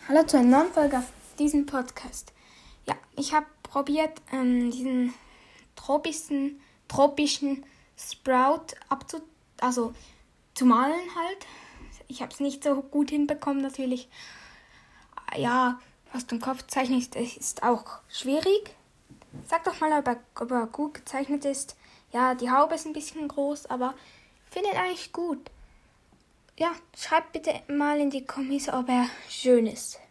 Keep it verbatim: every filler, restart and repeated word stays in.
Hallo zu einer neuen Folge auf diesem Podcast. Ja, ich habe probiert, ähm, diesen tropischen, tropischen Sprout abzu, also zu malen halt. Ich habe es nicht so gut hinbekommen natürlich. Ja, was du im Kopf zeichnest, ist auch schwierig. Sag doch mal, ob er, ob er gut gezeichnet ist. Ja, die Haube ist ein bisschen groß, aber ich finde ihn eigentlich gut. Ja, schreibt bitte mal in die Kommentare, ob er schön ist.